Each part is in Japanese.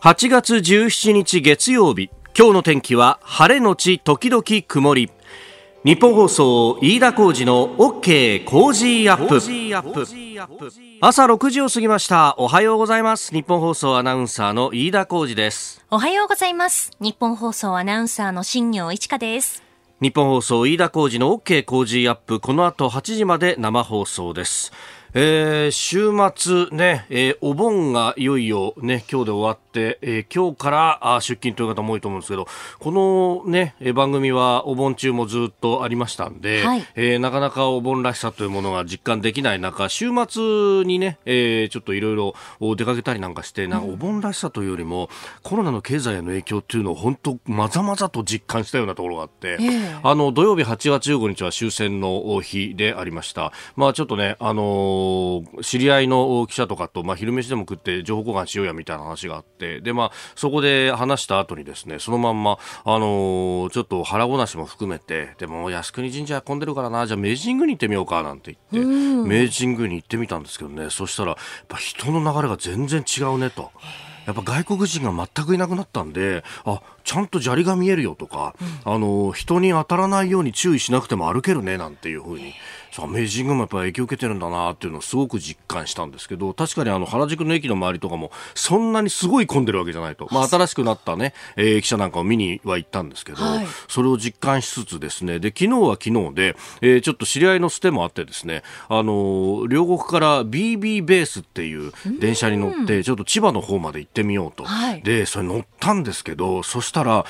8月17日月曜日、今日の天気は晴れのち時々曇り。日本放送飯田浩司の OK コージーアップ。朝6時を過ぎました。おはようございます。日本放送アナウンサーの飯田浩司です。 おはようございます。日本放送アナウンサーの新業一華です。 日本放送飯田浩司の OK コージーアップ、この後8時まで生放送です。週末ね、お盆がいよいよね今日で終わって、今日から出勤という方も多いと思うんですけど、このね番組はお盆中もずっとありましたんで、はい、なかなかお盆らしさというものが実感できない中、週末にね、ちょっといろいろ出かけたりなんかして、なんかお盆らしさというよりも、コロナの経済への影響っていうのを本当まざまざと実感したようなところがあって、土曜日8月15日は終戦の日でありました。まあちょっとね知り合いの記者とかと、昼飯でも食って情報交換しようやみたいな話があって、でそこで話した後にですね、そのまんまちょっと腹ごなしも含めて、でも靖国神社混んでるからな、じゃあ明治神宮に行ってみようかなんて言って、明治神宮に行ってみたんですけどね、そしたらやっぱ人の流れが全然違うねと。やっぱ外国人が全くいなくなったんで、ちゃんと砂利が見えるよとか、人に当たらないように注意しなくても歩けるねなんていう風に、明治神宮もやっぱり影響を受けてるんだなっていうのをすごく実感したんですけど、確かに原宿の駅の周りとかもそんなにすごい混んでるわけじゃないと、新しくなったね、駅舎なんかを見には行ったんですけど、それを実感しつつですね、で昨日は昨日で、ちょっと知り合いのステもあってですね、両国から BB ベースっていう電車に乗ってちょっと千葉の方まで行ってみようと、でそれ乗ったんですけど、そしたら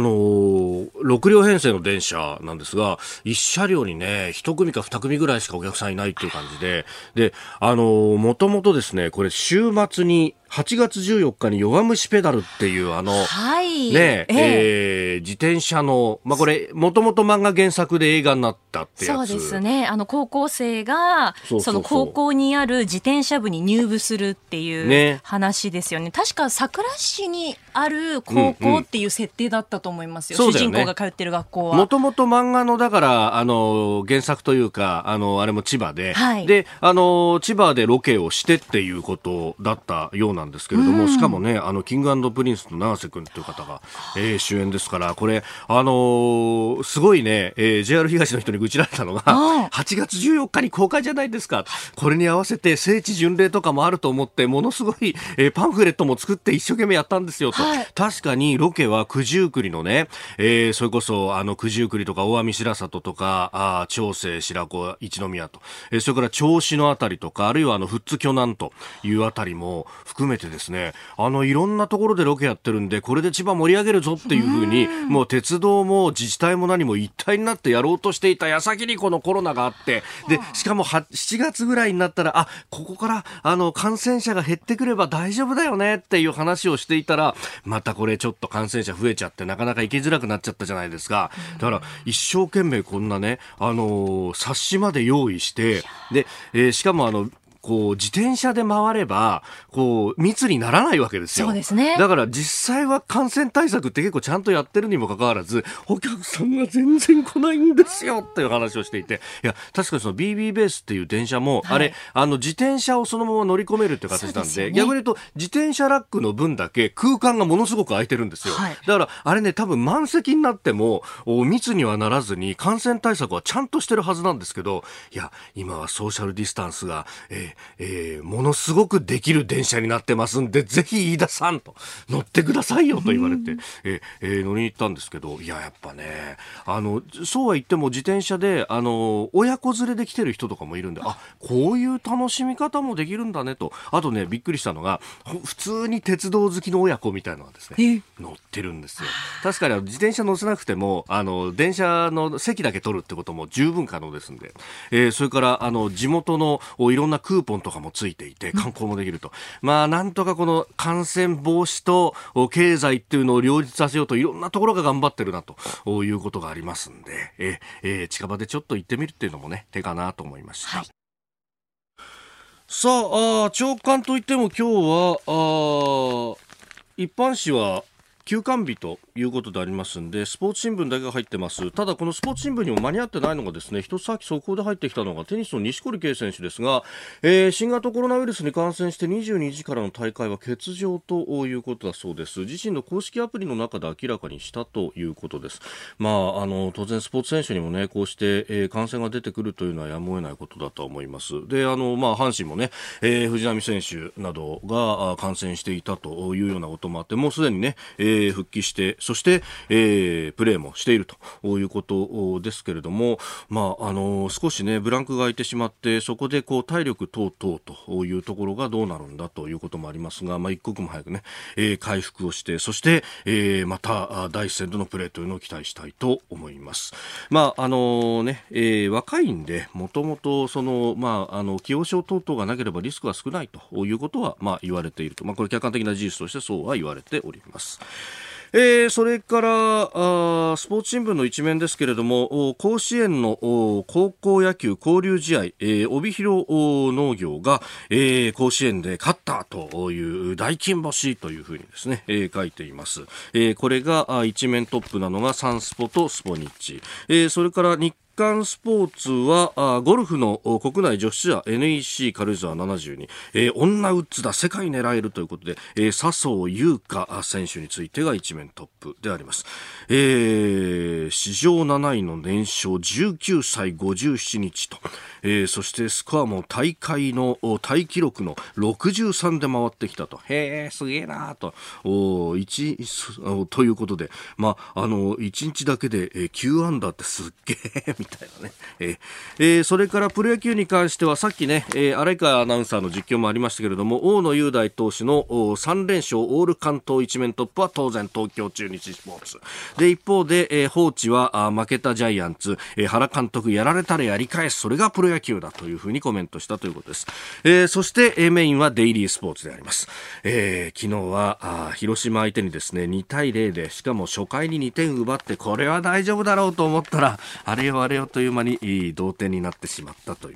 6両編成の電車なんですが、1車両にね1組か2組ぐらいしかお客さんいないっていう感じで、もともとですね、これ週末に8月14日に弱虫ペダルっていう自転車の、これもともと漫画原作で映画になったってやつ。 そうですね、高校生がその高校にある自転車部に入部するっていう話ですよね。確か桜市にある高校っていう設定だったと思いますよ、主人公が通ってる学校は。 もともと漫画のだから原作というかあれも千葉で、で千葉でロケをしてっていうことだったようなんですけれども、しかもねキング&プリンスの永瀬君という方が、主演ですから、これすごいね、JR 東の人に愚痴られたのが8月14日に公開じゃないですか、これに合わせて聖地巡礼とかもあると思ってものすごい、パンフレットも作って一生懸命やったんですよと、確かにロケは九十九里のね、それこそ九十九里とか大網白里とか長生白子一宮と、それから銚子のあたりとか、あるいは富津巨南というあたりも含めてですね、いろんなところでロケやってるんで、これで千葉盛り上げるぞっていう風に、もう鉄道も自治体も何も一体になってやろうとしていた矢先にこのコロナがあって、でしかも7月ぐらいになったらここから感染者が減ってくれば大丈夫だよねっていう話をしていたら、またこれちょっと感染者増えちゃってなかなか行きづらくなっちゃったじゃないですか。だから一生懸命こんなね冊子まで用意して、で、しかも自転車で回れば密にならないわけですよ。 そうですね。 だから実際は感染対策って結構ちゃんとやってるにもかかわらず、お客さんが全然来ないんですよっていう話をしていて、いや確かにその BB ベースっていう電車も、あれ自転車をそのまま乗り込めるっていう形なんで、逆に言うと自転車ラックの分だけ空間がものすごく空いてるんですよ。だからあれね、多分満席になっても密にはならずに感染対策はちゃんとしてるはずなんですけど、いや今はソーシャルディスタンスがものすごくできる電車になってますんで、ぜひ飯田さんと乗ってくださいよと言われて、乗りに行ったんですけど、やっぱねそうは言っても自転車で親子連れで来てる人とかもいるんで、こういう楽しみ方もできるんだねと。あとね、びっくりしたのが普通に鉄道好きの親子みたいなのがですね乗ってるんですよ。確かに自転車乗せなくても電車の席だけ取るってことも十分可能ですんで、それから地元のいろんなクーポンとかもついていて観光もできると、なんとかこの感染防止と経済っていうのを両立させようといろんなところが頑張ってるなということがありますんで、近場でちょっと行ってみるっていうのもね手かなと思いました。さあ、朝刊といっても今日は一般紙は休館日ということでありますんで、スポーツ新聞だけが入ってます。ただこのスポーツ新聞にも間に合ってないのがですね、一つさっき速報で入ってきたのがテニスの錦織圭選手ですが、新型コロナウイルスに感染して22時からの大会は欠場ということだそうです。自身の公式アプリの中で明らかにしたということです。当然スポーツ選手にもね、こうして、感染が出てくるというのはやむを得ないことだと思います。で、阪神もね、藤浪選手などが感染していたというようなこともあって、もうすでにね、復帰して、そして、プレーもしているということですけれども、少しねブランクが空いてしまって、そこでこう体力等々というところがどうなるんだということもありますが、一刻も早くね、回復をして、そして、また第一線でのプレーというのを期待したいと思います。若いんで、もともとその既往症等々がなければリスクが少ないということは言われていると、これ客観的な事実としてそうは言われております。それからスポーツ新聞の一面ですけれども、甲子園の高校野球交流試合、帯広農業が、甲子園で勝ったという大金星というふうにですね、書いています。これが一面トップなのがサンスポとスポニッチ、それから日刊スポーツはゴルフの国内女子ツアー NEC 軽井沢72、女ウッズだ世界狙えるということで、笹生優花選手についてが一面トップであります。史上7位の年少19歳57日と、そしてスコアも大会のタイ記録の63で回ってきたと。すげえなとということで、1日だけで9アンダーってすっげえみたいなね。それからプロ野球に関してはさっきね、荒川アナウンサーの実況もありましたけれども、大野雄大投手の3連勝オール関東一面トップは当然東京中日スポーツで、一方で、高知は負けたジャイアンツ、原監督やられたらやり返す、それがプロ野球だというふうにコメントしたということです。そして、メインはデイリースポーツであります。昨日は広島相手にですね2対0で、しかも初回に2点奪って、これは大丈夫だろうと思ったらあれよという間に同点になってしまったという、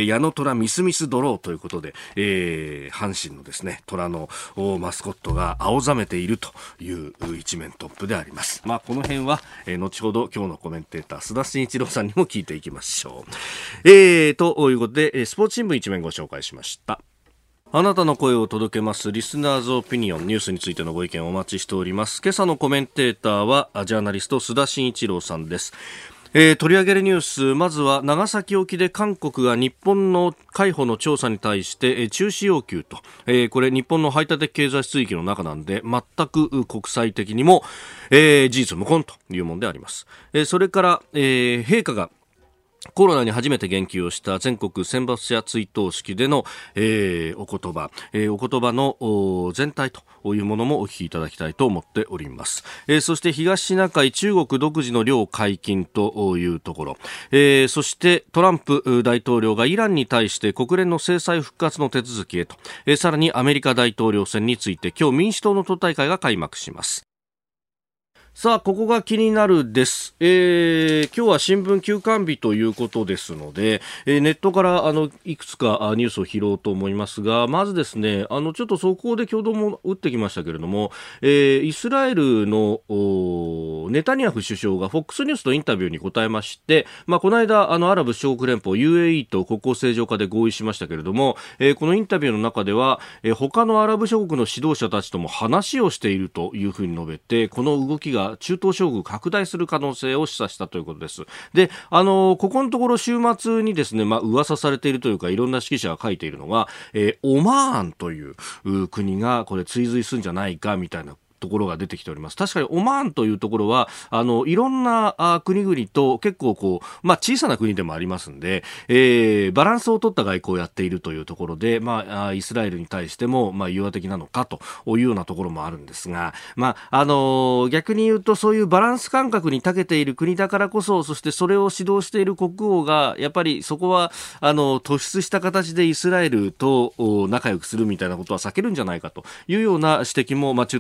矢野虎ミスミスドローということで、阪神のですね虎のマスコットが青ざめているという一面トップであります。この辺は、後ほど今日のコメンテーター須田慎一郎さんにも聞いていきましょう。ということでスポーツ新聞一面ご紹介しました。あなたの声を届けますリスナーズオピニオン、ニュースについてのご意見をお待ちしております。今朝のコメンテーターはジャーナリスト須田慎一郎さんです。取り上げるニュース、まずは長崎沖で韓国が日本の海保の調査に対して中止要求と、これ日本の排他的経済水域の中なんで全く国際的にも、事実無根というものであります。それから、陛下がコロナに初めて言及をした全国選抜者追悼式での、お言葉の全体というものもお聞きいただきたいと思っております。そして東シナ海中国独自の領解禁というところ、そしてトランプ大統領がイランに対して国連の制裁復活の手続きへと、さらにアメリカ大統領選について今日民主党の党大会が開幕します。さあ、ここが気になるです。今日は新聞休刊日ということですので、ネットからいくつかニュースを拾おうと思いますが、まずですね、ちょっと速報で共同も打ってきましたけれども、イスラエルのネタニヤフ首相が FOX ニュースのインタビューに答えまして、この間アラブ首長国連邦 UAE と国交正常化で合意しましたけれども、このインタビューの中では、他のアラブ諸国の指導者たちとも話をしているというふうに述べて、この動きが中東諸国拡大する可能性を示唆したということです。で、ここのところ週末にですね、噂されているというか、いろんな識者が書いているのが、オマーンという国がこれ追随するんじゃないかみたいなところが出てきております。確かにオマーンというところはいろんな国々と結構小さな国でもありますんで、バランスを取った外交をやっているというところで、イスラエルに対しても融和的なのかというようなところもあるんですが、逆に言うとそういうバランス感覚に長けている国だからこそ、そしてそれを指導している国王がやっぱりそこは突出した形でイスラエルと仲良くするみたいなことは避けるんじゃないかというような指摘も中東の専門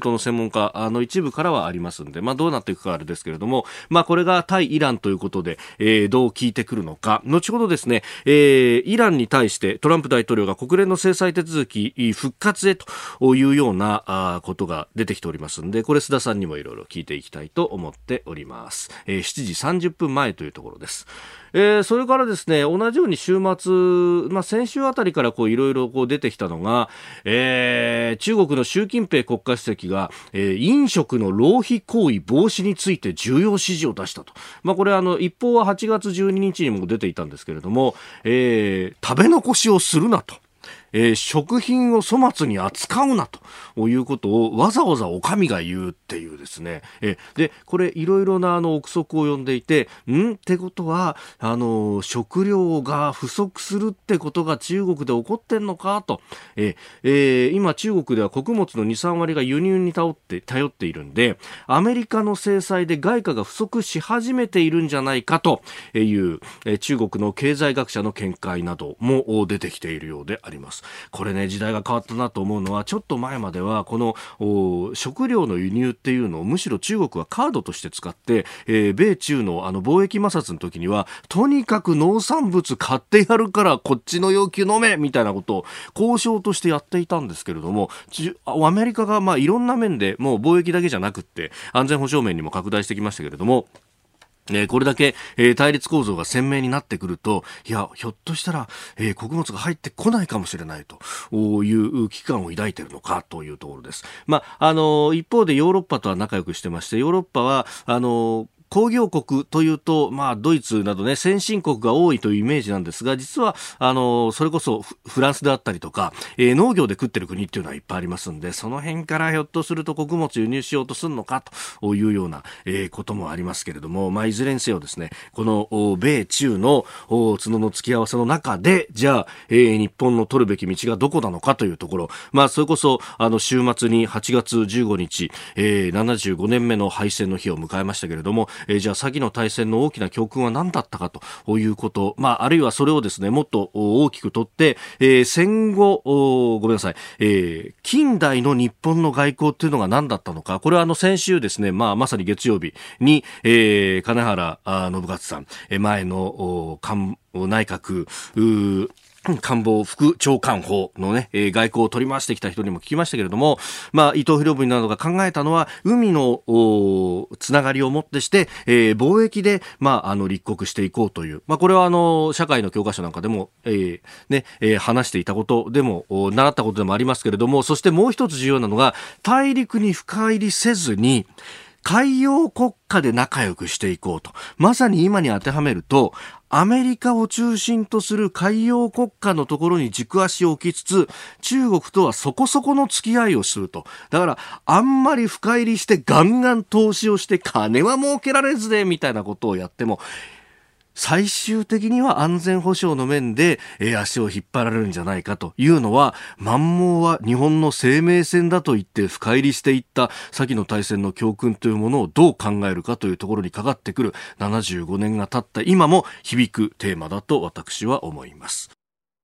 門家一部からはありますんで、どうなっていくかあれですけれども、これが対イランということで、どう効いてくるのか、後ほどですね、イランに対してトランプ大統領が国連の制裁手続き復活へというようなことが出てきておりますんで、これ須田さんにもいろいろ聞いていきたいと思っております。7時30分前というところです。それからですね、同じように週末、先週あたりからいろいろ出てきたのが、中国の習近平国家主席が、飲食の浪費行為防止について重要指示を出したと。これ一報は8月12日にも出ていたんですけれども、食べ残しをするなと。食品を粗末に扱うなということをわざわざお上が言うっていうですね。でこれいろいろな憶測を呼んでいて、ってことは食料が不足するってことが中国で起こってんのかと。今中国では穀物の 2,3 割が輸入に頼っているんで、アメリカの制裁で外貨が不足し始めているんじゃないかという、中国の経済学者の見解なども出てきているようであります。これね、時代が変わったなと思うのは、ちょっと前まではこの食料の輸入っていうのをむしろ中国はカードとして使って、米中の貿易摩擦の時にはとにかく農産物買ってやるからこっちの要求飲めみたいなことを交渉としてやっていたんですけれども、アメリカがいろんな面でもう貿易だけじゃなくって安全保障面にも拡大してきましたけれども、これだけ、対立構造が鮮明になってくると、ひょっとしたら、穀物が入ってこないかもしれないという危機感を抱いているのかというところです。一方でヨーロッパとは仲良くしてまして、ヨーロッパは工業国というと、ドイツなどね、先進国が多いというイメージなんですが、実は、それこそフランスであったりとか、農業で食ってる国っていうのはいっぱいありますんで、その辺からひょっとすると穀物輸入しようとするのかというような、こともありますけれども、いずれにせよですね、この米中の角の付き合わせの中で、じゃあ、日本の取るべき道がどこなのかというところ、それこそ、週末に8月15日、75年目の敗戦の日を迎えましたけれども、じゃあ先の大戦の大きな教訓は何だったかということ、あるいはそれをですねもっと大きくとって、戦後ごめんなさい、近代の日本の外交っていうのが何だったのか、これは先週ですね、まさに月曜日に、金原信勝さん、前の内閣官房副長官補のね、外交を取り回してきた人にも聞きましたけれども、伊藤博文などが考えたのは、海のつながりをもってして、貿易で、立国していこうという、これは社会の教科書なんかでも、話していたことでも、習ったことでもありますけれども、そしてもう一つ重要なのが、大陸に深入りせずに、海洋国家で仲良くしていこうと。まさに今に当てはめると、アメリカを中心とする海洋国家のところに軸足を置きつつ、中国とはそこそこの付き合いをすると。だから、あんまり深入りしてガンガン投資をして金は儲けられずで、みたいなことをやっても、最終的には安全保障の面で、足を引っ張られるんじゃないかというのは、満蒙は日本の生命線だと言って深入りしていった先の大戦の教訓というものをどう考えるかというところにかかってくる75年が経った今も響くテーマだと私は思います。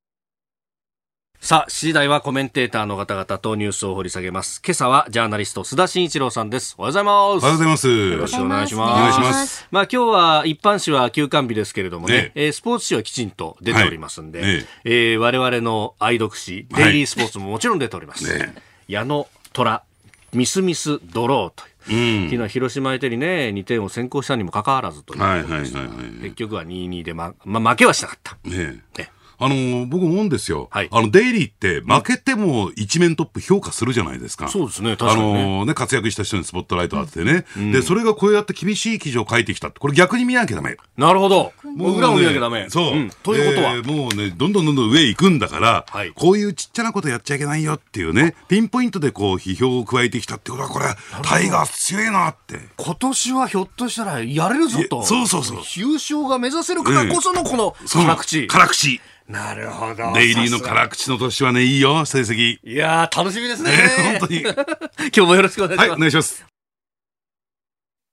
さあ、7時台はコメンテーターの方々とニュースを掘り下げます。今朝はジャーナリスト須田慎一郎さんです。おはようございます。 おはようございます。 よろしくお願いします。 お願いします。 今日は一般紙は休刊日ですけれどもね、スポーツ紙はきちんと出ておりますんで、我々の愛読紙、デイリースポーツももちろん出ております。矢野虎、ミスミスドローという。昨日広島相手にね2点を先行したにもかかわらずということでしたが、結局は 2-2 で、負けはしなかった。 僕思うんですよ。デイリーって負けても一面トップ評価するじゃないですか。 そうですね。確かにね。 活躍した人にスポットライト当ててね。で、それがこうやって厳しい記事を書いてきたって、これ逆に見なきゃダメ。 なるほど。裏を見なきゃダメ。 そう。 ということは。 もうね、どんどん上行くんだから、こういうちっちゃなことやっちゃいけないよっていうね、ピンポイントでこう批評を加えてきたってことは、これ、タイガース強いなって。 今年はひょっとしたらやれるぞと。 そう。 優勝が目指せるからこそのこの辛口。 辛口。 なるほど。 デイリーの辛口の年はね、いいよ、成績。 いやー、楽しみですね。 本当に。 今日もよろしくお願いします。 はい、お願いします。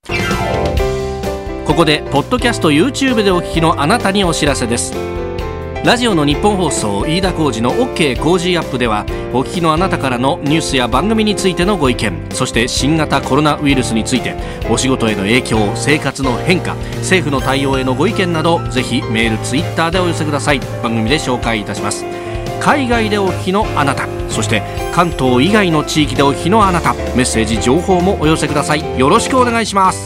ここで、ポッドキャスト YouTube でお聞きのあなたにお知らせです。 ラジオの日本放送飯田浩司の OK 工事アップではお聞きのあなたからのニュースや番組についてのご意見、そして新型コロナウイルスについてお仕事への影響、生活の変化、政府の対応へのご意見などぜひメールツイッターでお寄せください。番組で紹介いたします。海外でお聞きのあなた、そして関東以外の地域でお聞きのあなた、メッセージ情報もお寄せください。よろしくお願いします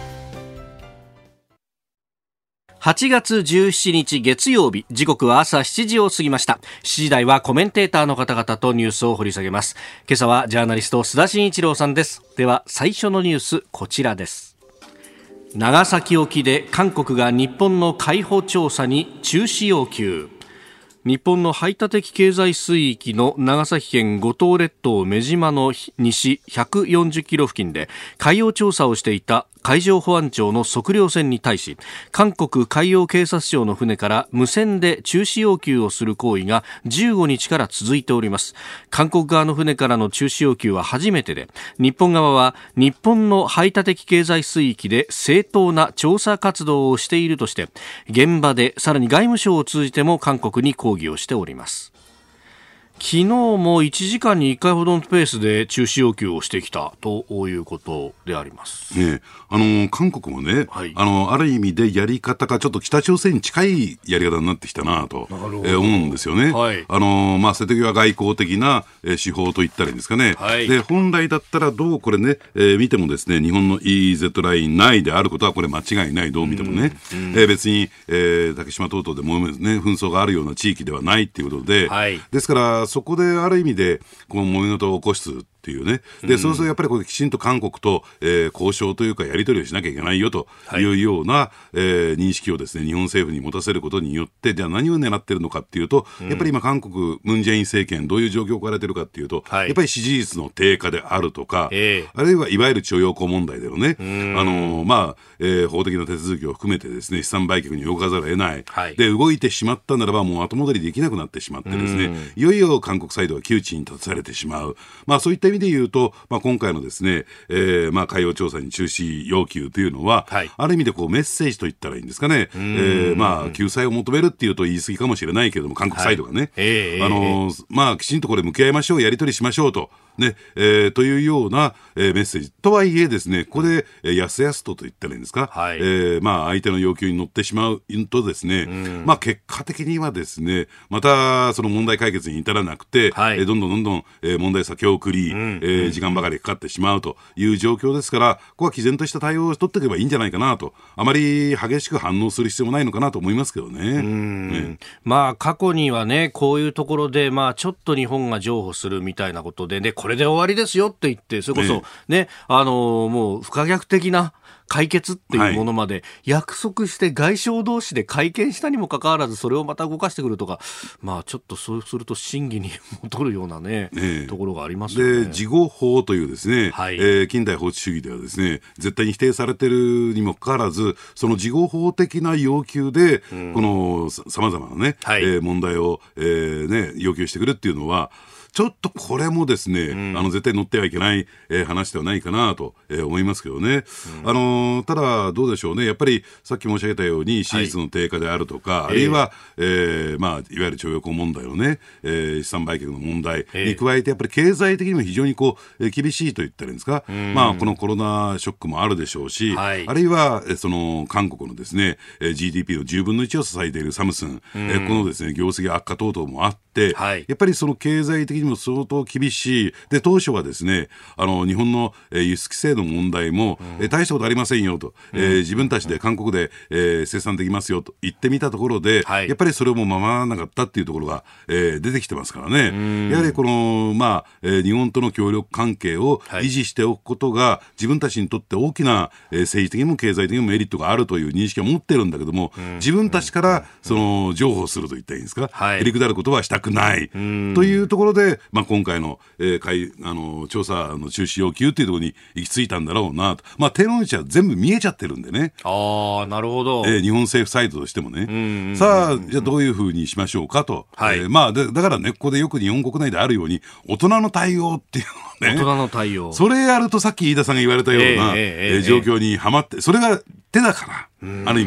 。8月17日月曜日、時刻は朝7時を過ぎました。7時台はコメンテーターの方々とニュースを掘り下げます。今朝はジャーナリスト須田慎一郎さんです。では最初のニュース、こちらです。長崎沖で韓国が日本の海保調査に中止要求。日本の排他的経済水域の長崎県五島列島女島の西140キロ付近で海洋調査をしていた海上保安庁の測量船に対し、韓国海洋警察庁の船から無線で中止要求をする行為が15日から続いております。韓国側の船からの中止要求は初めてで、日本側は日本の排他的経済水域で正当な調査活動をしているとして、現場でさらに外務省を通じても韓国に抗議をしております。昨日も1時間に1回ほどのペースで中止要求をしてきたということであります、 ね。韓国もね、 はい、 ある意味でやり方がちょっと北朝鮮に近いやり方になってきたなと思うんですよね、はい。瀬戸際外交的な手法といったらいいんですかね、はい。で本来だったらどうこれね、見てもですね、日本の EEZ ライン内であることはこれ間違いない、どう見てもね、別に、竹島等々でも、ね、紛争があるような地域ではないっていうことで、はい、ですからそこである意味でこの揉め事を起こすっていうね。で、そうするとやっぱりこれきちんと韓国と、交渉というかやり取りをしなきゃいけないよというような、認識をですね、日本政府に持たせることによって、じゃあ何を狙ってるのかっていうと、やっぱり今韓国ムンジェイン政権どういう状況を置かれてるかっていうと、やっぱり支持率の低下であるとか、あるいはいわゆる徴用工問題でのね、法的な手続きを含めてですね、資産売却に動かざるを得ない、はい、で動いてしまったならばもう後戻りできなくなってしまってですね、いよいよ韓国サイドは窮地に立たされてしまう。そういった意味で言うと、今回のですね、海洋調査に中止要求というのは、はい、ある意味でこうメッセージと言ったらいいんですかね、救済を求めるっていうと言い過ぎかもしれないけれども、韓国サイドがね、はい、きちんとこれ向き合いましょう、やり取りしましょうと。ねというような、メッセージとはいえですね、ここでやすやすと言ったらいいんですか、はい、相手の要求に乗ってしまうとですね、結果的にはですね、またその問題解決に至らなくて、はい、どんどん、問題先を送り、時間ばかりかかってしまうという状況ですから、ここは毅然とした対応を取っていけばいいんじゃないかなと、あまり激しく反応する必要もないのかなと思いますけどね。 過去にはね、こういうところで、ちょっと日本が譲歩するみたいなことでね、これで終わりですよって言って、それこそね、もう不可逆的な解決っていうものまで約束して外相同士で会見したにもかかわらず、それをまた動かしてくるとか、ちょっとそうすると審議に戻るようなね、ところがありますよね。 で、事後法というですね、はい、近代法治主義ではですね、絶対に否定されているにもかかわらず、その事後法的な要求で、この様々なね、はい、問題を、要求してくるっていうのは、ちょっとこれもですね、絶対乗ってはいけない、話ではないかなと、思いますけどね。ただどうでしょうね。やっぱりさっき申し上げたように支持率の低下であるとか、はい、あるいは、いわゆる徴用工問題のね、資産売却の問題に加えて、やっぱり経済的にも非常に厳しいと言ったらいいんですか。このコロナショックもあるでしょうし、はい、あるいはその韓国のですね、GDP の10分の1を支えているサムスン、このですね、業績悪化等々もあって、はい、やっぱりその経済的にも相当厳しい。で、当初はですね、日本の輸出規制の問題も、大したことありませんよと、自分たちで韓国で、生産できますよと言ってみたところで、はい、やっぱりそれも守らなかったっていうところが、出てきてますからね。やはりこの、日本との協力関係を維持しておくことが、はい、自分たちにとって大きな、政治的にも経済的にもメリットがあるという認識を持ってるんだけども、自分たちからその譲歩すると言ったらいいんですか、はい、へりくだることはしたくない、というところで、今回の、調査の中止要求というところに行き着いたんだろうなと。手の内は全部見えちゃってるんでね。 なるほど。 日本政府サイドとしてもね。さあ、じゃあどういうふうにしましょうかと。はい、だからね、ここでよく日本国内であるように、大人の対応っていうのね。 大人の対応。 それやるとさっき飯田さんが言われたような、状況にはまって、それが手だから、ある意味で。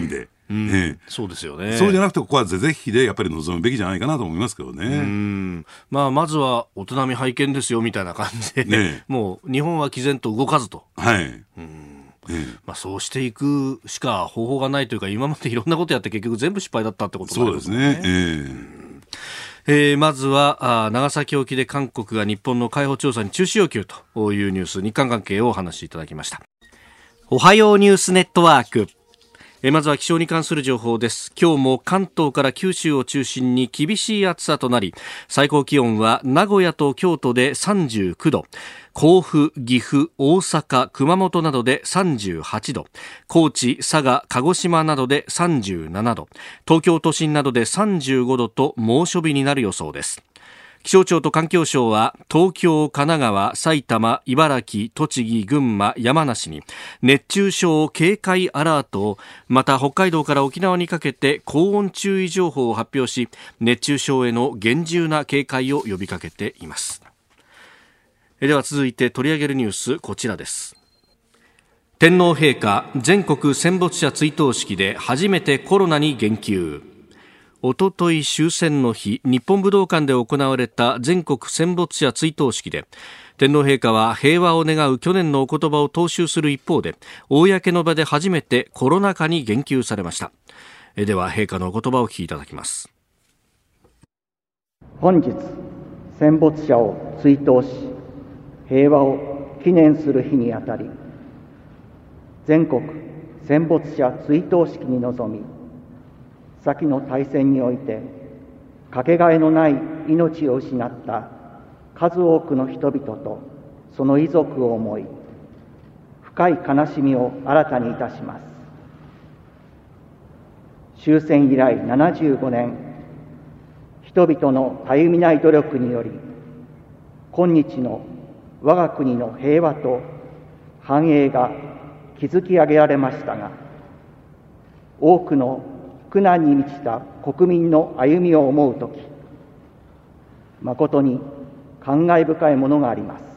そうですよね。 そうじゃなくてここは是々非々でやっぱり臨むべきじゃないかなと思いますけどね。 まずはお手並み拝見ですよみたいな感じで、もう日本は毅然と動かずと。そうしていくしか方法がないというか、今までいろんなことやって結局全部失敗だったってことなんですね。そうですね。まずは長崎沖で韓国が日本の海保調査に中止要求というニュース、日韓関係をお話しいただきました。おはようニュースネットワーク。まずは気象に関する情報です。今日も関東から九州を中心に厳しい暑さとなり、最高気温は名古屋と京都で39度、甲府、岐阜、大阪、熊本などで38度、高知、佐賀、鹿児島などで37度、東京都心などで35度と猛暑日になる予想です。気象庁と環境省は東京、神奈川、埼玉、茨城、栃木、群馬、山梨に熱中症警戒アラートを、また北海道から沖縄にかけて高温注意情報を発表し、熱中症への厳重な警戒を呼びかけています。では続いて取り上げるニュース、こちらです。天皇陛下全国戦没者追悼式で初めてコロナに言及。おととい終戦の日、日本武道館で行われた全国戦没者追悼式で、天皇陛下は平和を願う去年のお言葉を踏襲する一方で、公の場で初めてコロナ禍に言及されました。では陛下のお言葉をお聞きいただきます。 本日戦没者を追悼し、平和を記念する日にあたり、全国戦没者追悼式に臨み、先の大戦においてかけがえのない命を失った数多くの人々とその遺族を思い、深い悲しみを新たにいたします。終戦以来75年、人々のたゆみない努力により、今日の我が国の平和と繁栄が築き上げられましたが、多くの苦難に満ちた国民の歩みを思うとき、誠に感慨深いものがあります。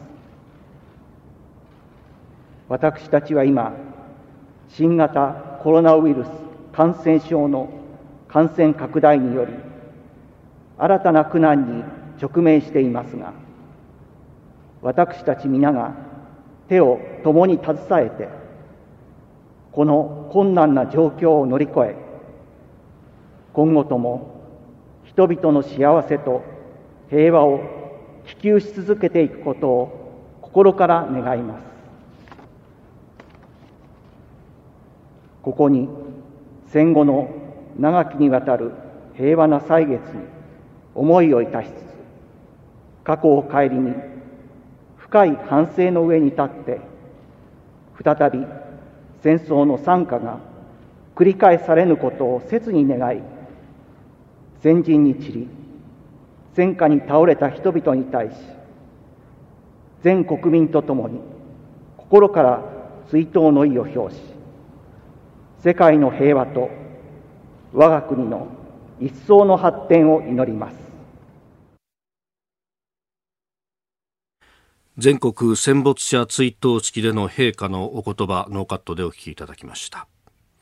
私たちは今、新型コロナウイルス感染症の感染拡大により、新たな苦難に直面していますが、私たち皆が手を共に携えて、この困難な状況を乗り越え、今後とも人々の幸せと平和を希求し続けていくことを心から願います。ここに戦後の長きにわたる平和な歳月に思いをいたしつつ、過去を顧み深い反省の上に立って、再び戦争の惨禍が繰り返されぬことを切に願い、前人に散り戦火に倒れた人々に対し、全国民とともに心から追悼の意を表し、世界の平和と我が国の一層の発展を祈ります。 全国戦没者追悼式での陛下のお言葉、ノーカットでお聞きいただきました。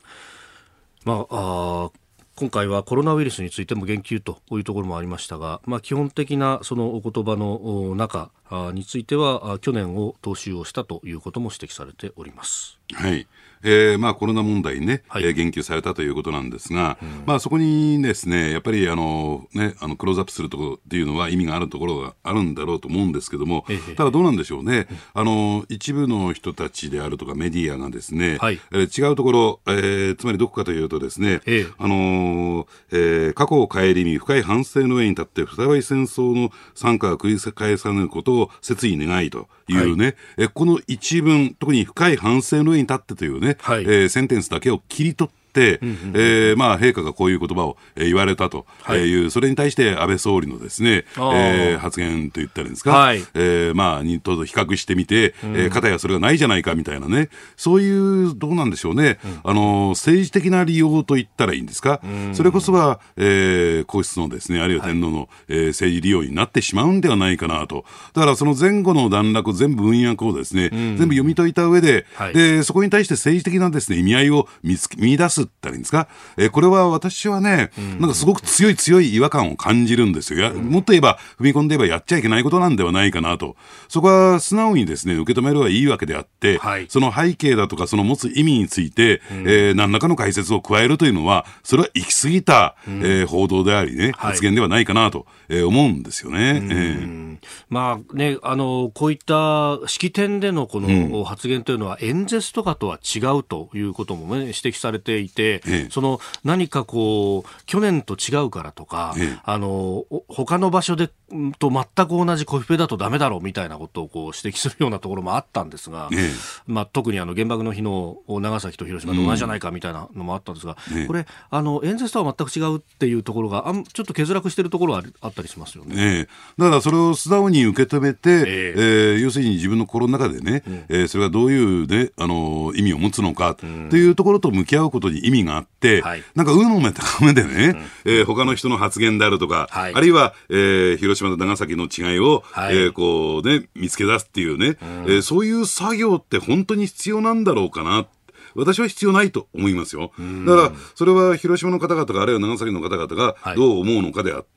今回はコロナウイルスについても言及というところもありましたが、基本的なそのお言葉の中については去年を踏襲をしたということも指摘されております。 はい。コロナ問題にね、言及されたということなんですが、そこにですね、やっぱりクローズアップするところっていうのは意味があるところがあるんだろうと思うんですけども、ただどうなんでしょうね。一部の人たちであるとかメディアがですね、違うところ、つまりどこかというとですね、過去を顧み深い反省の上に立って再び戦争の惨禍が繰り返されることを切に願いというね、この一文、特に深い反省の上に立ってというね、センテンスだけを切り取って陛下がこういう言葉を言われたという、それに対して安倍総理のですね、発言と言ったらいいんですか、にと比較してみて、片やそれがないじゃないかみたいなね、そういうどうなんでしょうね、政治的な利用と言ったらいいんですか、それこそは、皇室のですね、あるいは天皇の、政治利用になってしまうんではないかなと。だからその前後の段落全部文訳をですね、全部読み解いた上で、そこに対して政治的なですね意味合いを見出すすってあるんですか、これは私はね、なんかすごく強い違和感を感じるんですよ。もっと言えば、踏み込んで言えばやっちゃいけないことなんではないかなと。そこは素直にですね、受け止めればいいわけであって、はい、その背景だとかその持つ意味について、何らかの解説を加えるというのは、それは行き過ぎた、報道でありね、発言ではないかなと、思うんですよね。 まあね、こういった式典でのこの発言というのは演説とかとは違うということも、ね、指摘されていて、その何かこう去年と違うからとか、他の場所でと全く同じコピペだとダメだろうみたいなことをこう指摘するようなところもあったんですが、まあ、特に原爆の日の長崎と広島と同じじゃないかみたいなのもあったんですが、これ演説とは全く違うっていうところがちょっと欠落しているところはあったりしますよね。 だからそれを素直に受け止めて、要するに自分の心の中でね、それがどういう、ね、意味を持つのかというところと向き合うことに意味があって、なんかの目高めでね、他の人の発言であるとか、あるいは、広島と長崎の違いを、こうね、見つけ出すっていうね、そういう作業って本当に必要なんだろうかな。私は必要ないと思いますよ。だからそれは広島の方々があるいは長崎の方々がどう思うのかであって、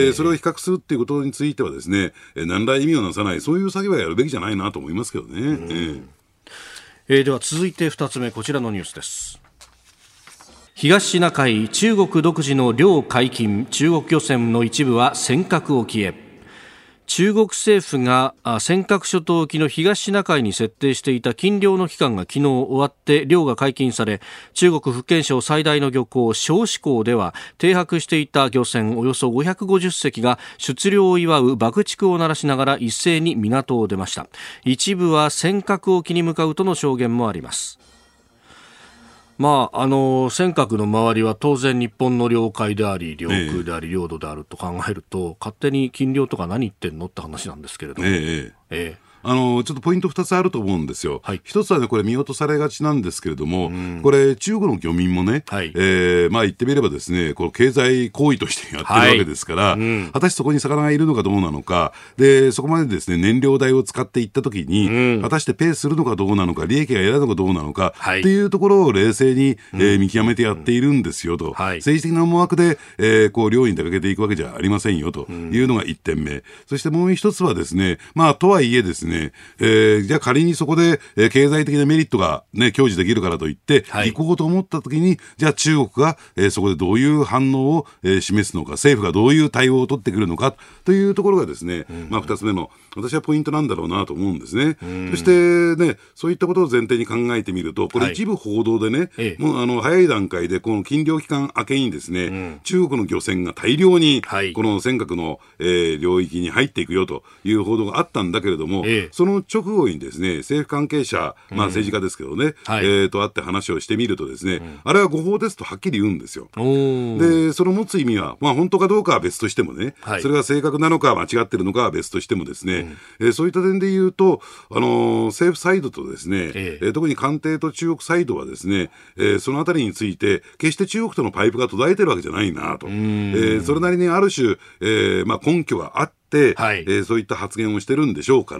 それを比較するっていうことについてはですね、何ら意味をなさないそういう作業はやるべきじゃないなと思いますけどね。 では続いて2つ目、こちらのニュースです。東シナ海、中国独自の領解禁、中国漁船の一部は尖閣沖へ。中国政府が尖閣諸島沖の東シナ海に設定していた禁漁の期間が昨日終わって漁が解禁され、中国福建省最大の漁港小志港では停泊していた漁船およそ550隻が出漁を祝う爆竹を鳴らしながら一斉に港を出ました。一部は尖閣沖に向かうとの証言もあります。まあ、尖閣の周りは当然日本の領海であり領空であり領土であると考えると、勝手に禁漁とか何言ってんのって話なんですけれども、ちょっとポイント2つあると思うんですよ。一つはね、これ見落とされがちなんですけれども、これ中国の漁民もね、まあ言ってみればですね、この経済行為としてやってるわけですから、果たしてそこに魚がいるのかどうなのか、でそこまでですね燃料代を使っていったときに、果たしてペイするのかどうなのか、利益が得られるのかどうなのか、っていうところを冷静に、見極めてやっているんですよと、政治的な思惑で、こう漁に出かけていくわけじゃありませんよというのが1点目。そしてもう一つはですね、まあとはいえですね、じゃあ仮にそこで、経済的なメリットが、ね、享受できるからといって、行こうと思ったときに、じゃあ中国が、そこでどういう反応を、示すのか、政府がどういう対応を取ってくるのかというところがですね、まあ2つ目の私はポイントなんだろうなと思うんですね。そしてね、そういったことを前提に考えてみると、これ一部報道でね、もう早い段階でこの禁漁期間明けにですね、中国の漁船が大量にこの尖閣の、領域に入っていくよという報道があったんだけれども、その直後にですね、政府関係者、まあ政治家ですけどね、と会って話をしてみるとですね、あれは誤報ですとはっきり言うんですよ。で、その持つ意味は、まあ本当かどうかは別としてもね、それが正確なのか間違ってるのかは別としてもですね、そういった点で言うと、政府サイドとですね、特に官邸と中国サイドはですね、そのあたりについて、決して中国とのパイプが途絶えてるわけじゃないなと。それなりにある種、まあ根拠があって、そういった発言をしてるんでしょうから、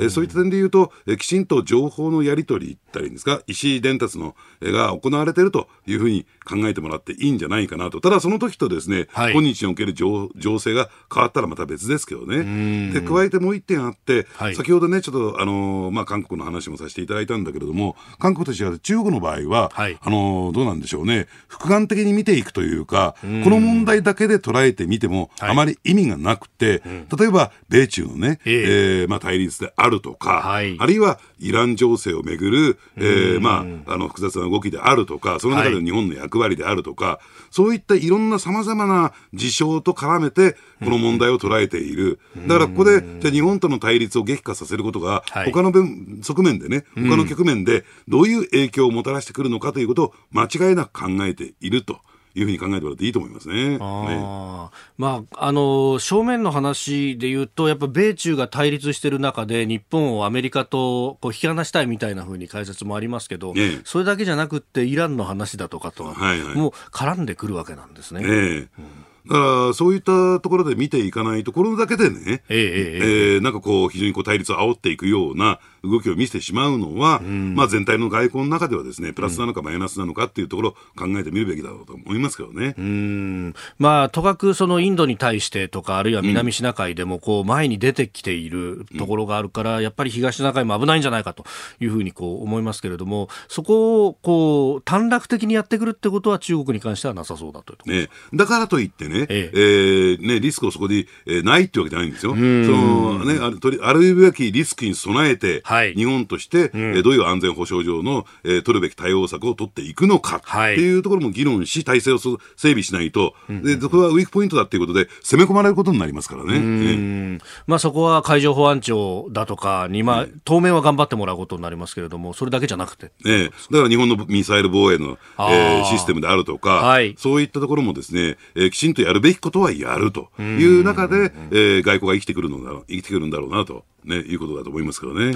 そういった点で言うと、きちんと情報のやり取りったりですか、意思伝達のが行われているというふうに考えてもらっていいんじゃないかなと。ただその時とですね、今日における情勢が変わったらまた別ですけどね。で加えてもう一点あって、先ほどねちょっとまあ、韓国の話もさせていただいたんだけれども、韓国と違って中国の場合は、どうなんでしょうね、複眼的に見ていくというか、この問題だけで捉えてみてもあまり意味がなくて、例えば米中のね、まあ、対立であるとか、あるいはイラン情勢をめぐる、まあ、複雑な動きであるとか、その中で日本の役割であるとか、そういったいろんな様々な事象と絡めてこの問題を捉えている。だからここでじゃあ日本との対立を激化させることが、他の側面でね、他の局面でどういう影響をもたらしてくるのかということを間違いなく考えているというふうに考えてもらっていいと思いますね。 まあ、正面の話で言うと、やっぱ米中が対立している中で日本をアメリカとこう引き離したいみたいなふうに解説もありますけど、それだけじゃなくってイランの話だとかとは、もう絡んでくるわけなんですね。 だからそういったところで見ていかないと、これだけでね、なんかこう非常にこう対立を煽っていくような動きを見せてしまうのは、まあ、全体の外交の中ではですね、プラスなのかマイナスなのかっていうところを考えてみるべきだろうと思いますけどね。 まあ、とかくそのインドに対してとか、あるいは南シナ海でもこう前に出てきているところがあるから、やっぱり東シナ海も危ないんじゃないかというふうにこう思いますけれども、そこをこう短絡的にやってくるってことは中国に関してはなさそうだというところ、 ね、だからといってね、リスクをそこで、ないってわけじゃないんですよ。そのね、あるべきリスクに備えて、日本として、どういう安全保障上の、取るべき対応策を取っていくのかっていうところも議論し、体制を整備しないと、でこれはウィークポイントだっていうことで攻め込まれることになりますからね。 まあ、そこは海上保安庁だとかに、まあ、当面は頑張ってもらうことになりますけれども、それだけじゃなくて、だから日本のミサイル防衛の、システムであるとか、そういったところもですね、きちんとやるべきことはやるという中で、外交が生きてくるんだろうなと、いうことだと思いますけどね。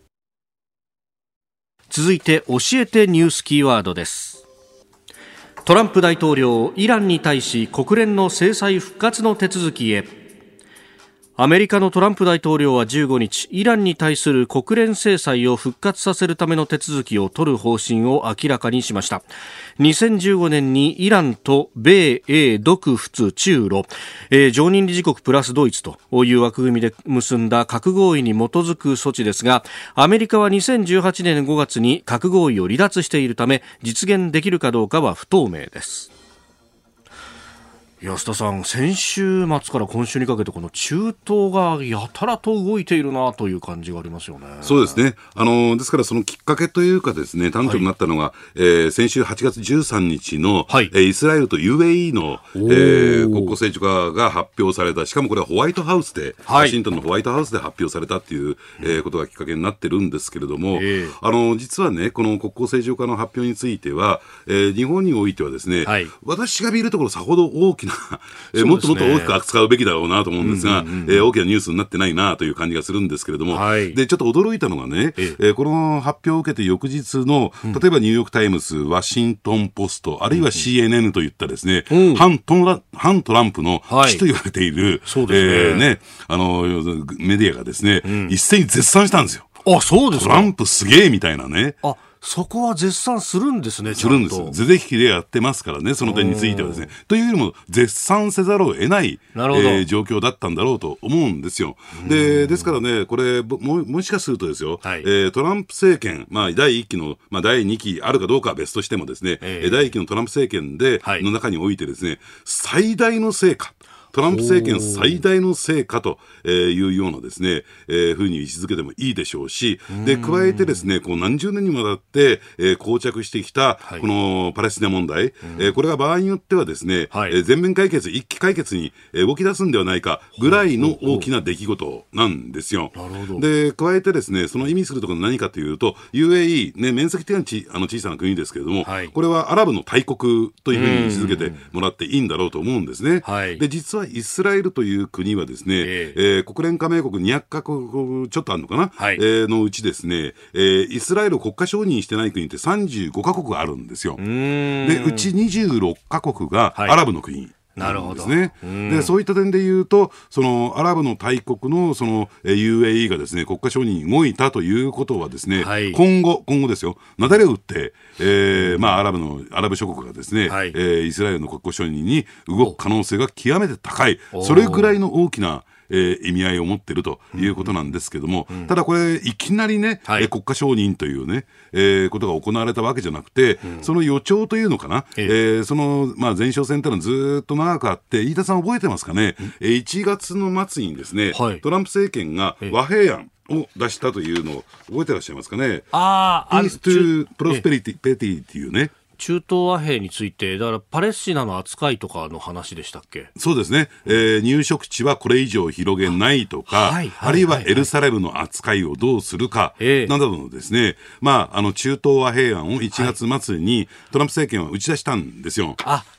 続いて教えてニュースキーワードです。トランプ大統領、イランに対し国連の制裁復活の手続きへ。アメリカのトランプ大統領は15日、イランに対する国連制裁を復活させるための手続きを取る方針を明らかにしました。2015年にイランと米英独仏中ロ、常任理事国プラスドイツという枠組みで結んだ核合意に基づく措置ですが、アメリカは2018年5月に核合意を離脱しているため、実現できるかどうかは不透明です。安田さん、先週末から今週にかけてこの中東がやたらと動いているなという感じがありますよね。 そうですね。ですからそのきっかけというかですね、端緒になったのが、先週8月13日の、イスラエルと UAE の、国交正常化が発表された。しかもこれはホワイトハウスで、ワシントンのホワイトハウスで発表されたっていう、ことがきっかけになってるんですけれども、実はね、この国交正常化の発表については、日本においてはですね、私が見るところさほど大きなもっともっと大きく扱うべきだろうなと思うんですが、大きなニュースになってないなという感じがするんですけれども、でちょっと驚いたのがね、この発表を受けて翌日の例えばニューヨークタイムズ、ワシントンポスト、あるいは CNN といったですね、反トランプの基と言われている、メディアがですね、一斉に絶賛したんですよ。 そうですか。 トランプすげえみたいなね。 そこは絶賛するんですね。 するんです。是々非々でやってますからね、その点についてはですね。というよりも絶賛せざるを得ない、状況だったんだろうと思うんですよ。ですからね、これ もしかするとですよ、トランプ政権、第1期の、第2期あるかどうかは別としてもですね、第1期のトランプ政権で、の中においてですね、最大の成果、トランプ政権最大の成果というようなですね、ふうに位置づけてもいいでしょうし、で、加えてですね、こう何十年にもわたって、膠着してきた、このパレスチナ問題、これが場合によってはですね、全面解決、一気解決に動き出すんではないかぐらいの大きな出来事なんですよ。で、加えてですね、その意味するところは何かというと、UAE、ね、面積的には小さな国ですけれども、これはアラブの大国というふうに位置づけてもらっていいんだろうと思うんですね。で、実はイスラエルという国はですね、国連加盟国200カ国ちょっとあるのかな、のうちですね、イスラエルを国家承認してない国って35カ国あるんですよ。で、うち26カ国がアラブの国。なるほどね。で、そういった点で言うと、そのアラブの大国のその UAE がですね、国家承認に動いたということはですね、今後ですよ、なだれを打って、アラブ諸国がですね、イスラエルの国家承認に動く可能性が極めて高い、それぐらいの大きな意味合いを持っているということなんですけども、ただこれいきなりね、国家承認というね、ことが行われたわけじゃなくて、その予兆というのかな、その、前哨戦というのはずっと長くあって、飯田さん覚えてますかね、1月の末にですね、トランプ政権が和平案を出したというのを覚えてらっしゃいますかね。Peace to Prosperity っていうね、 中東和平について、だからパレスチナの扱いとかの話でしたっけ。 そうですね、入植地はこれ以上広げないとか、あるいはエルサレムの扱いをどうするか、などのですね、中東和平案を1月末にトランプ政権は打ち出したんですよ。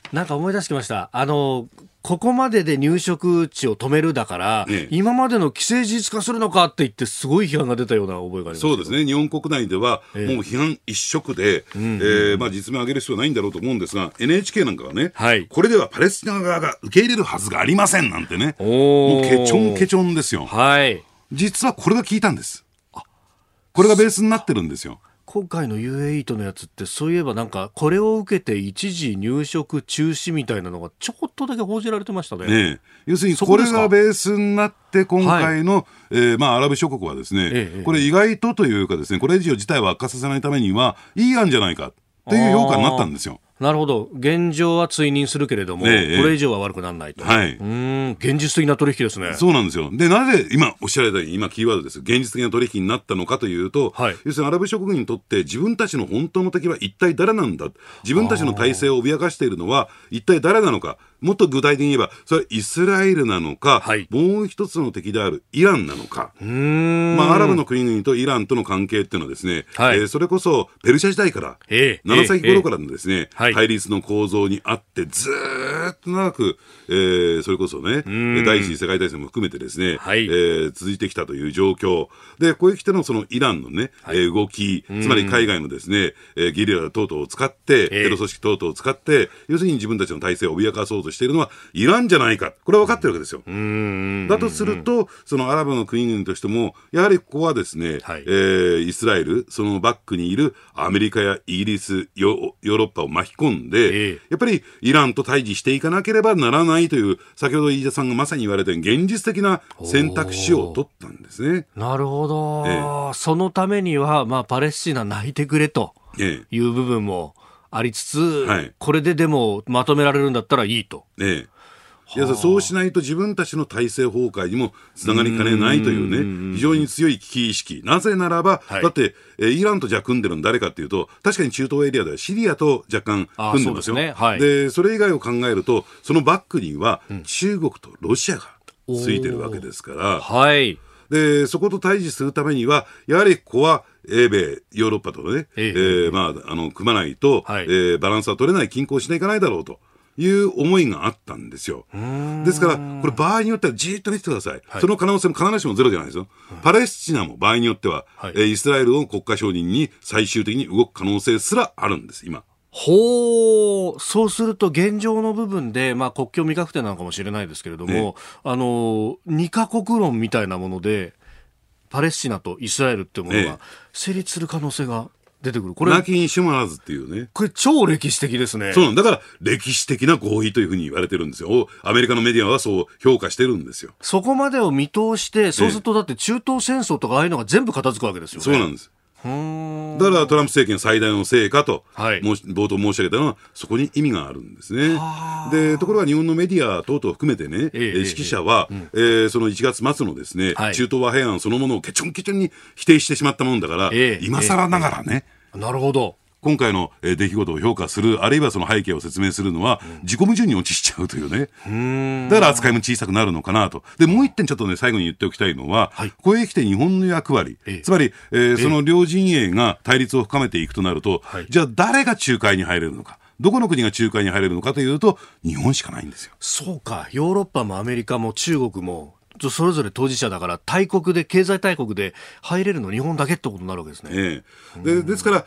なんか思い出してきました。ここまでで入植地を止めるだから、今までの既成事実化するのかって言ってすごい批判が出たような覚えがあります。 そうですね。日本国内ではもう批判一色で、実名を挙げる必要はないんだろうと思うんですが、 NHK なんかはね、これではパレスチナ側が受け入れるはずがありませんなんてね、もうケチョンケチョンですよ。実はこれが効いたんです。これがベースになってるんですよ。 今回の UAE とのやつってそういえばなんかこれを受けて一時入植中止みたいなのがちょこっとだけ報じられてましたね。 要するにこれがベースになって今回の、アラブ諸国はですね、これ意外というかですね、これ以上事態を悪化させないためにはいい案じゃないかという評価になったんですよ。 なるほど。現状は追認するけれども、これ以上は悪くならないと。現実的な取引ですね。 そうなんですよ。で、なぜ今おっしゃられたように今キーワードです。現実的な取引になったのかというと、要するにアラブ諸国にとって自分たちの本当の敵は一体誰なんだ、自分たちの体制を脅かしているのは一体誰なのか、もっと具体的に言えばそれはイスラエルなのか、もう一つの敵であるイランなのか。アラブの国々とイランとの関係っていうのはですね、それこそペルシャ時代から、7世紀頃からのですね、対立の構造にあってずーっと長く、それこそね、第一次世界大戦も含めてですね、続いてきたという状況で、こういう来てのそのイランのね、動き、つまり海外のですね、ゲリラ等々を使って、テロ組織等々を使って、要するに自分たちの体制を脅かそうとしているのはイランじゃないか、これは分かってるわけですよ。だとすると、そのアラブの国々としてもやはりここはですね、イスラエル、そのバックにいるアメリカやイギリス、ヨーロッパを巻き込んで、やっぱりイランと対峙していかなければならないという、先ほど飯田さんがまさに言われたように現実的な選択肢を取ったんですね。 なるほど、そのためには、パレスチナ泣いてくれという部分もありつつ、これででもまとめられるんだったらいいと。 いや、そうしないと自分たちの体制崩壊にもつながりかねないというね、非常に強い危機意識。なぜならば、だってイランとじゃあ組んでるの誰かっていうと、確かに中東エリアではシリアと若干組んでますよ。で、それ以外を考えると、そのバックには中国とロシアがついてるわけですから、でそこと対峙するためにはやはりここは英米ヨーロッパとね、組まないと、バランスは取れない、均衡しないかないだろうという思いがあったんですよ。ですからこれ場合によってはじーっと見てください、その可能性も必ずしもゼロじゃないですよ。パレスチナも場合によっては、イスラエルを国家承認に最終的に動く可能性すらあるんです今。 そうすると現状の部分で、国境未確定なのかもしれないですけれども、二カ国論みたいなものでパレスチナとイスラエルっていうものが成立する可能性が出てくる。これなきにしもあらずっていうね。 これ超歴史的ですね。 そうなんだから歴史的な合意というふうに言われてるんですよ。アメリカのメディアはそう評価してるんですよ。 そこまでを見通して、そうするとだって中東戦争とかああいうのが全部片付くわけですよね。 そうなんです。だからトランプ政権最大の成果と、冒頭申し上げたのはそこに意味があるんですね。でところが日本のメディア等々含めてね、指揮者は、その1月末のですね、中東和平案そのものをケチョンケチョンに否定してしまったもんだから、今更ながらね、 なるほど、 今回の出来事を評価する、あるいはその背景を説明するのは自己矛盾に陥しちゃうというね。だから扱いも小さくなるのかなと。でもう一点ちょっとね最後に言っておきたいのは、ここへ来て日本の役割、つまり、その両陣営が対立を深めていくとなると、じゃあ誰が仲介に入れるのか、どこの国が仲介に入れるのかというと日本しかないんですよ。 そうか、ヨーロッパもアメリカも中国もそれぞれ当事者だから、大国で経済大国で入れるの日本だけってことになるわけですね。 ですから、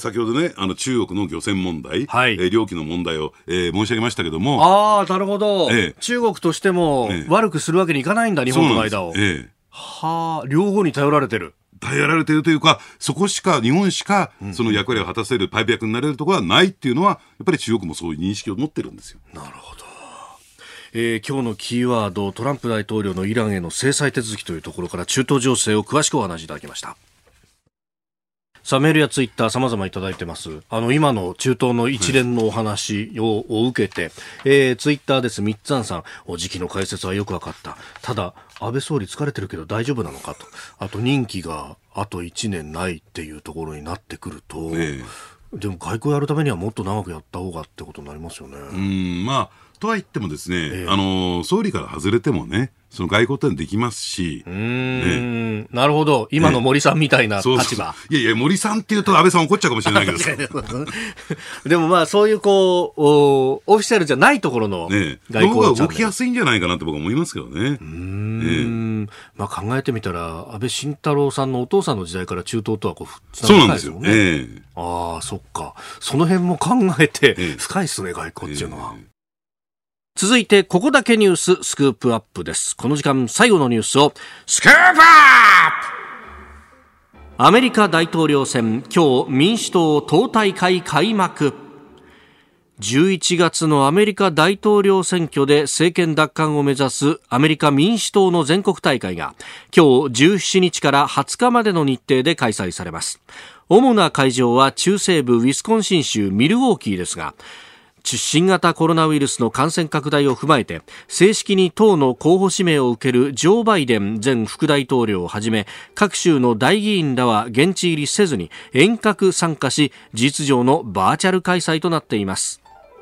先ほどね中国の漁船問題、漁期の問題を、申し上げましたけども、 なるほど、中国としても、悪くするわけにいかないんだ、日本との間を。両方に頼られてるというか、そこしか日本しかその役割を果たせるパイプ役になれるところはないっていうのは、やっぱり中国もそういう認識を持ってるんですよ。 なるほど。今日のキーワード、トランプ大統領のイランへの制裁手続きというところから中東情勢を詳しくお話しいただきました。さあ、メールやツイッター様々いただいてます。今の中東の一連のお話を受けて、ツイッターです。みっつぁんさん、お時期の解説はよくわかった。ただ安倍総理疲れてるけど大丈夫なのかと、あと任期があと1年ないっていうところになってくると、 でも外交やるためにはもっと長くやった方がってことになりますよね。 まあとは言ってもですね、総理から外れてもね、その外交ってのはできますし、 なるほど、今の森さんみたいな立場、 そういやいや、森さんっていうと安倍さん怒っちゃうかもしれないけどでもまあそういうこうオフィシャルじゃないところの外交の方が動きやすいんじゃないかなって僕は思いますけどね。 まあ、考えてみたら安倍晋太郎さんのお父さんの時代から中東とはこうつながってますよね。ああ、そっか、その辺も考えて深いですね、外交っていうのは。続いてここだけニューススクープアップです。この時間最後のニュースをスクープアップ。アメリカ大統領選、今日民主党党大会開幕。11月のアメリカ大統領選挙で政権奪還を目指すアメリカ民主党の全国大会が今日17日から20日までの日程で開催されます。主な会場は中西部ウィスコンシン州ミルウォーキーですが、新型コロナウイルスの感染拡大を踏まえて正式に党の候補指名を受けるジョー・バイデン前副大統領をはじめ各州の大議員らは現地入りせずに遠隔参加し、事実上のバーチャル開催となっています。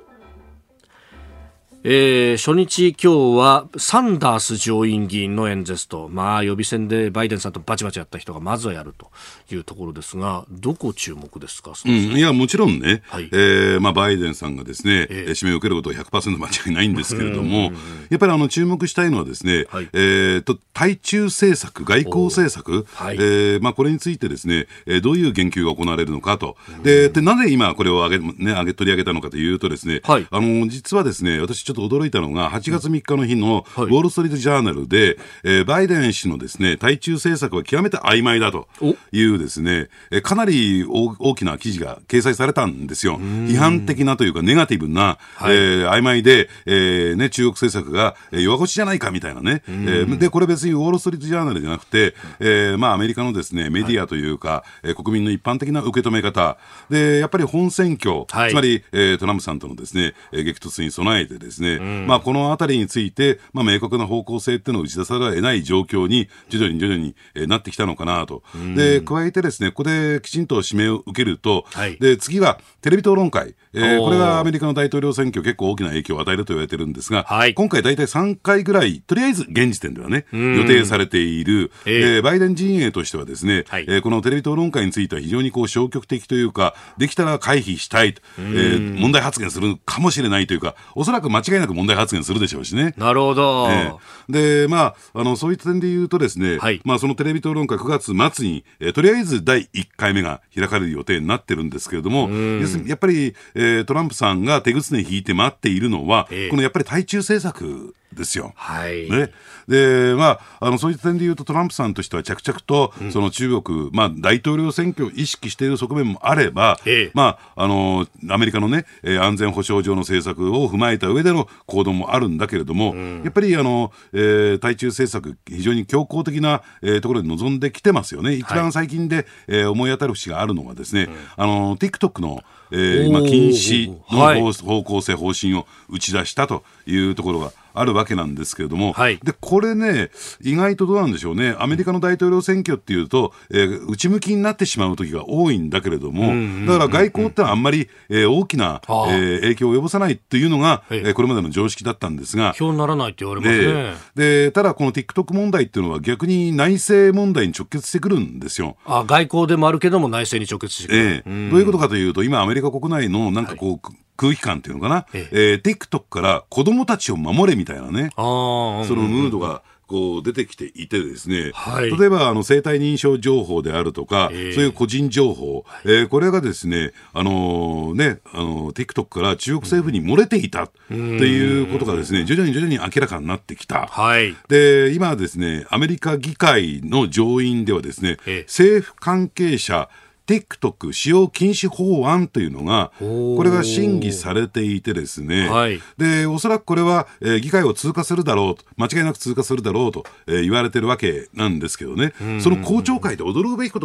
初日今日はサンダース上院議員の演説と、まあ予備選でバイデンさんとバチバチやった人がまずはやるというところですが、どこ注目ですか。 いやもちろんね、バイデンさんがですね、指名を受けることは 100% 間違いないんですけれども、やっぱり注目したいのはですね、対中政策、外交政策、これについてですね、どういう言及が行われるのかと。でなぜ今これを取り上げたのかというとですね、実はですね、私ちょっと驚いたのが8月3日の日のウォール・ストリート・ジャーナルで、バイデン氏のですね対中政策は極めて曖昧だというですね、かなり大きな記事が掲載されたんですよ。批判的なというかネガティブな、曖昧で、中国政策が弱腰じゃないかみたいなね、でこれ別にウォール・ストリート・ジャーナルじゃなくて、アメリカのですねメディアというか、国民の一般的な受け止め方で、やっぱり本選挙、つまり、トランプさんとのですね激突に備えてですね、このあたりについて、明確な方向性っていうのを打ち出さざるを得ない状況に徐々になってきたのかなと。で加えてですね、ここできちんと指名を受けると、で次はテレビ討論会、これがアメリカの大統領選挙結構大きな影響を与えると言われてるんですが、今回大体3回ぐらいとりあえず現時点ではね予定されている、バイデン陣営としてはですね、このテレビ討論会については非常にこう消極的というか、できたら回避したいと、問題発言するかもしれないというか、おそらく間違いなく問題発言するでしょうしね。 なるほど。 でそういった点で言うとですね、そのテレビ討論会9月末に、とりあえず第1回目が開かれる予定になってるんですけれども、やっぱり、トランプさんが手ぐつね引いて待っているのは、このやっぱり対中政策ですよ。でそういった点で言うとトランプさんとしては着々とその中国、大統領選挙を意識している側面もあれば、アメリカのね、安全保障上の政策を踏まえた上での行動もあるんだけれども、やっぱり対中政策非常に強硬的な、ところで臨んできてますよね。一番最近で、思い当たる節があるのはですね、TikTok の今禁止の方向性方針を打ち出したというところがあるわけなんですけれども、でこれね意外とどうなんでしょうね。アメリカの大統領選挙っていうと、内向きになってしまう時が多いんだけれども、だから外交ってのはあんまり、大きな、影響を及ぼさないっていうのが、これまでの常識だったんですが、 票にならないって言われますね。 でただこの TikTok 問題っていうのは逆に内政問題に直結してくるんですよ。 外交でもあるけども内政に直結してくる、 どういうことかというと、今アメリカ国内のなんかこう、空気感っていうのかな、TikTok から子どもたちを守れみたいなね、そのムードがこう出てきていてですね、例えば生体認証情報であるとか、そういう個人情報、これがですね、TikTok から中国政府に漏れていたっていうことがですね、徐々に明らかになってきた。で今ですね、アメリカ議会の上院ではですね、政府関係者TikTok 使用禁止法案というのがこれが審議されていてですね、でおそらくこれは、議会を通過するだろうと、間違いなく通過するだろうと、言われてるわけなんですけどね、その公聴会で驚くべきことが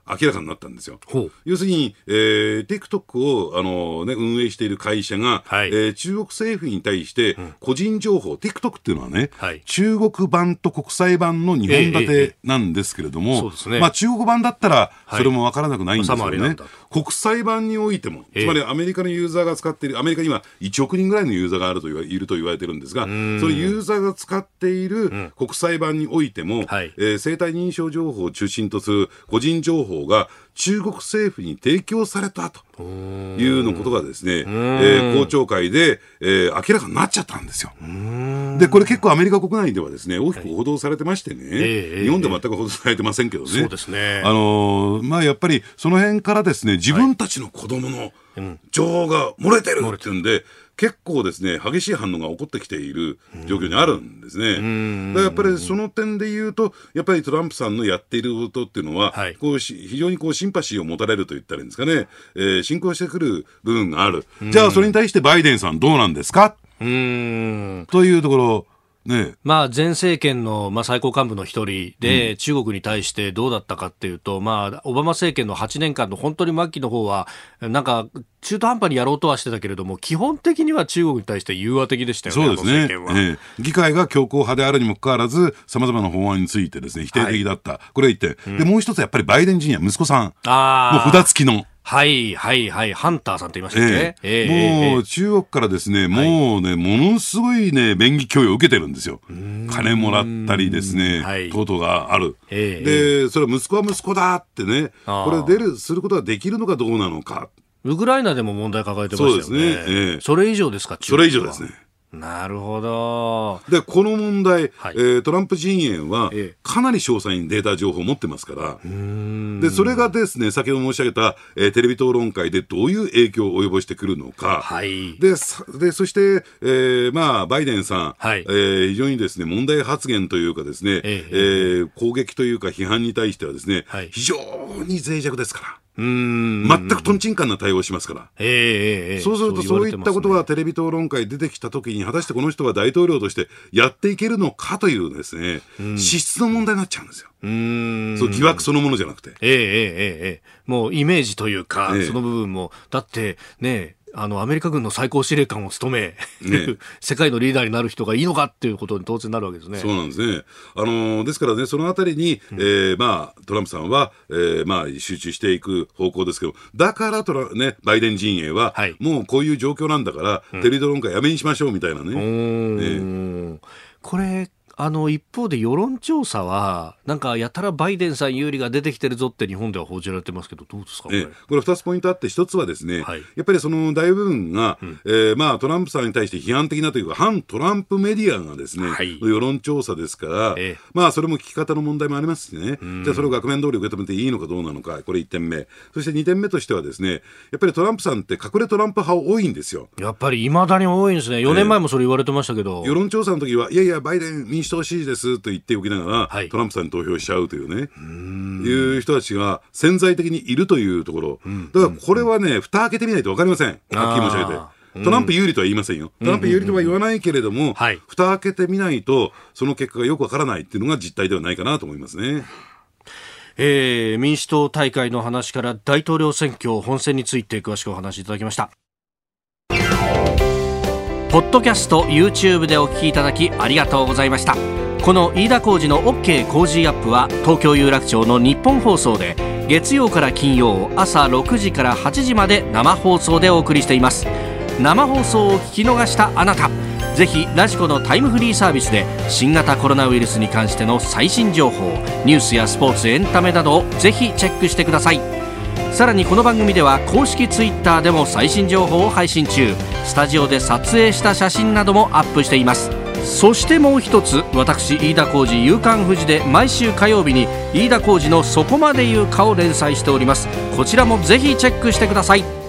明らかになったんですよ。要するに、TikTok を運営している会社が、中国政府に対して個人情報、TikTok っていうのはね、中国版と国際版の2本立てなんですけれども、中国版だったらそれも分からなくないんですよね。国際版においても、つまりアメリカのユーザーが使っている、アメリカには1億人ぐらいのユーザーがいると言われてるんですが、そのユーザーが使っている国際版においても、生体認証情報を中心とする個人情報が中国政府に提供されたというのことがですね、公聴会で、明らかになっちゃったんですよ。でこれ結構アメリカ国内ではですね大きく報道されてましてね、日本では全く報道されてませんけどね。 そうですね。 やっぱりその辺からですね自分たちの子供の情報が漏れてるっていうんで、結構ですね激しい反応が起こってきている状況にあるんですね。だからやっぱりその点で言うとやっぱりトランプさんのやっていることっていうのは、非常にシンパシーを持たれると言ったらいいんですかね、進行してくる部分がある。じゃあそれに対してバイデンさんどうなんですかというところね。 前政権の、最高幹部の一人で、中国に対してどうだったかっていうと、オバマ政権の8年間の本当に末期の方はなんか中途半端にやろうとはしてたけれども基本的には中国に対して融和的でしたよね。 そうですね。議会が強硬派であるにもかかわらず様々な法案についてですね否定的だった、これ言って、でもう一つやっぱりバイデン陣や息子さんもう札付きのハンターさんと言いましたっけ、 もう中国からですね、もうね、ものすごいね、便宜供与を受けてるんですよ。金もらったりですね、等々がある。で、それは息子は息子だってね、これすることができるのかどうなのか。 ウクライナでも問題抱えてましたよね。そうですね。それ以上ですか、 それ以上ですね。 なるほど。 でこの問題、トランプ陣営はかなり詳細にデータ情報を持ってますから、でそれがですね先ほど申し上げた、テレビ討論会でどういう影響を及ぼしてくるのか、でそして、バイデンさん、非常にですね問題発言というかですね、攻撃というか批判に対してはですね、非常に脆弱ですから。全くトンチンカンな対応をしますから、そうするとそういったことがテレビ討論会出てきたときに果たしてこの人は大統領としてやっていけるのかというですね、資質の問題になっちゃうんですよ。そう疑惑そのものじゃなくて、 もうイメージというか、その部分もだってねアメリカ軍の最高司令官を務め、世界のリーダーになる人がいいのかっていうことに当然なるわけですね。 そうなんですね。ですからねそのあたりに、トランプさんは、集中していく方向ですけど、だからバイデン陣営は、もうこういう状況なんだから、テレビ討論会やめにしましょうみたいなね。 これ一方で世論調査はなんかやたらバイデンさん有利が出てきてるぞって日本では報じられてますけどどうですか。これ 2つポイントあって、1つはですね、やっぱりその大部分が、トランプさんに対して批判的なというか反トランプメディアがですね、世論調査ですから、それも聞き方の問題もありますしね、じゃあそれを額面通り受け止めていいのかどうなのか、これ1点目。そして2点目としてはですね、やっぱりトランプさんって隠れトランプ派多いんですよ。 やっぱり未だに多いんですね。4年前もそれ言われてましたけど、 世論調査の時はいやいやバイデン民主党支持ですと言っておきながら、トランプさんに投票しちゃうというね、いう人たちが潜在的にいるというところ、だからこれはね蓋開けてみないと分かりません。はっきり申し上げて、トランプ有利とは言いませんよ。トランプ有利とは言わないけれども、蓋開けてみないとその結果がよく分からないっていうのが実態ではないかなと思いますね。 民主党大会の話から大統領選挙本選について詳しくお話しいただきました。ポッドキャスト YouTube でお聞きいただきありがとうございました。この飯田浩司の OK 工事アップは東京有楽町の日本放送で月曜から金曜朝6時から8時まで生放送でお送りしています。生放送を聞き逃したあなた、ぜひラジコのタイムフリーサービスで新型コロナウイルスに関しての最新情報、ニュースやスポーツ、エンタメなどをぜひチェックしてください。さらにこの番組では公式ツイッターでも最新情報を配信中。スタジオで撮影した写真などもアップしています。そしてもう一つ、私飯田浩司夕刊フジで毎週火曜日に飯田浩司のそこまで言うかを連載しております。こちらもぜひチェックしてください。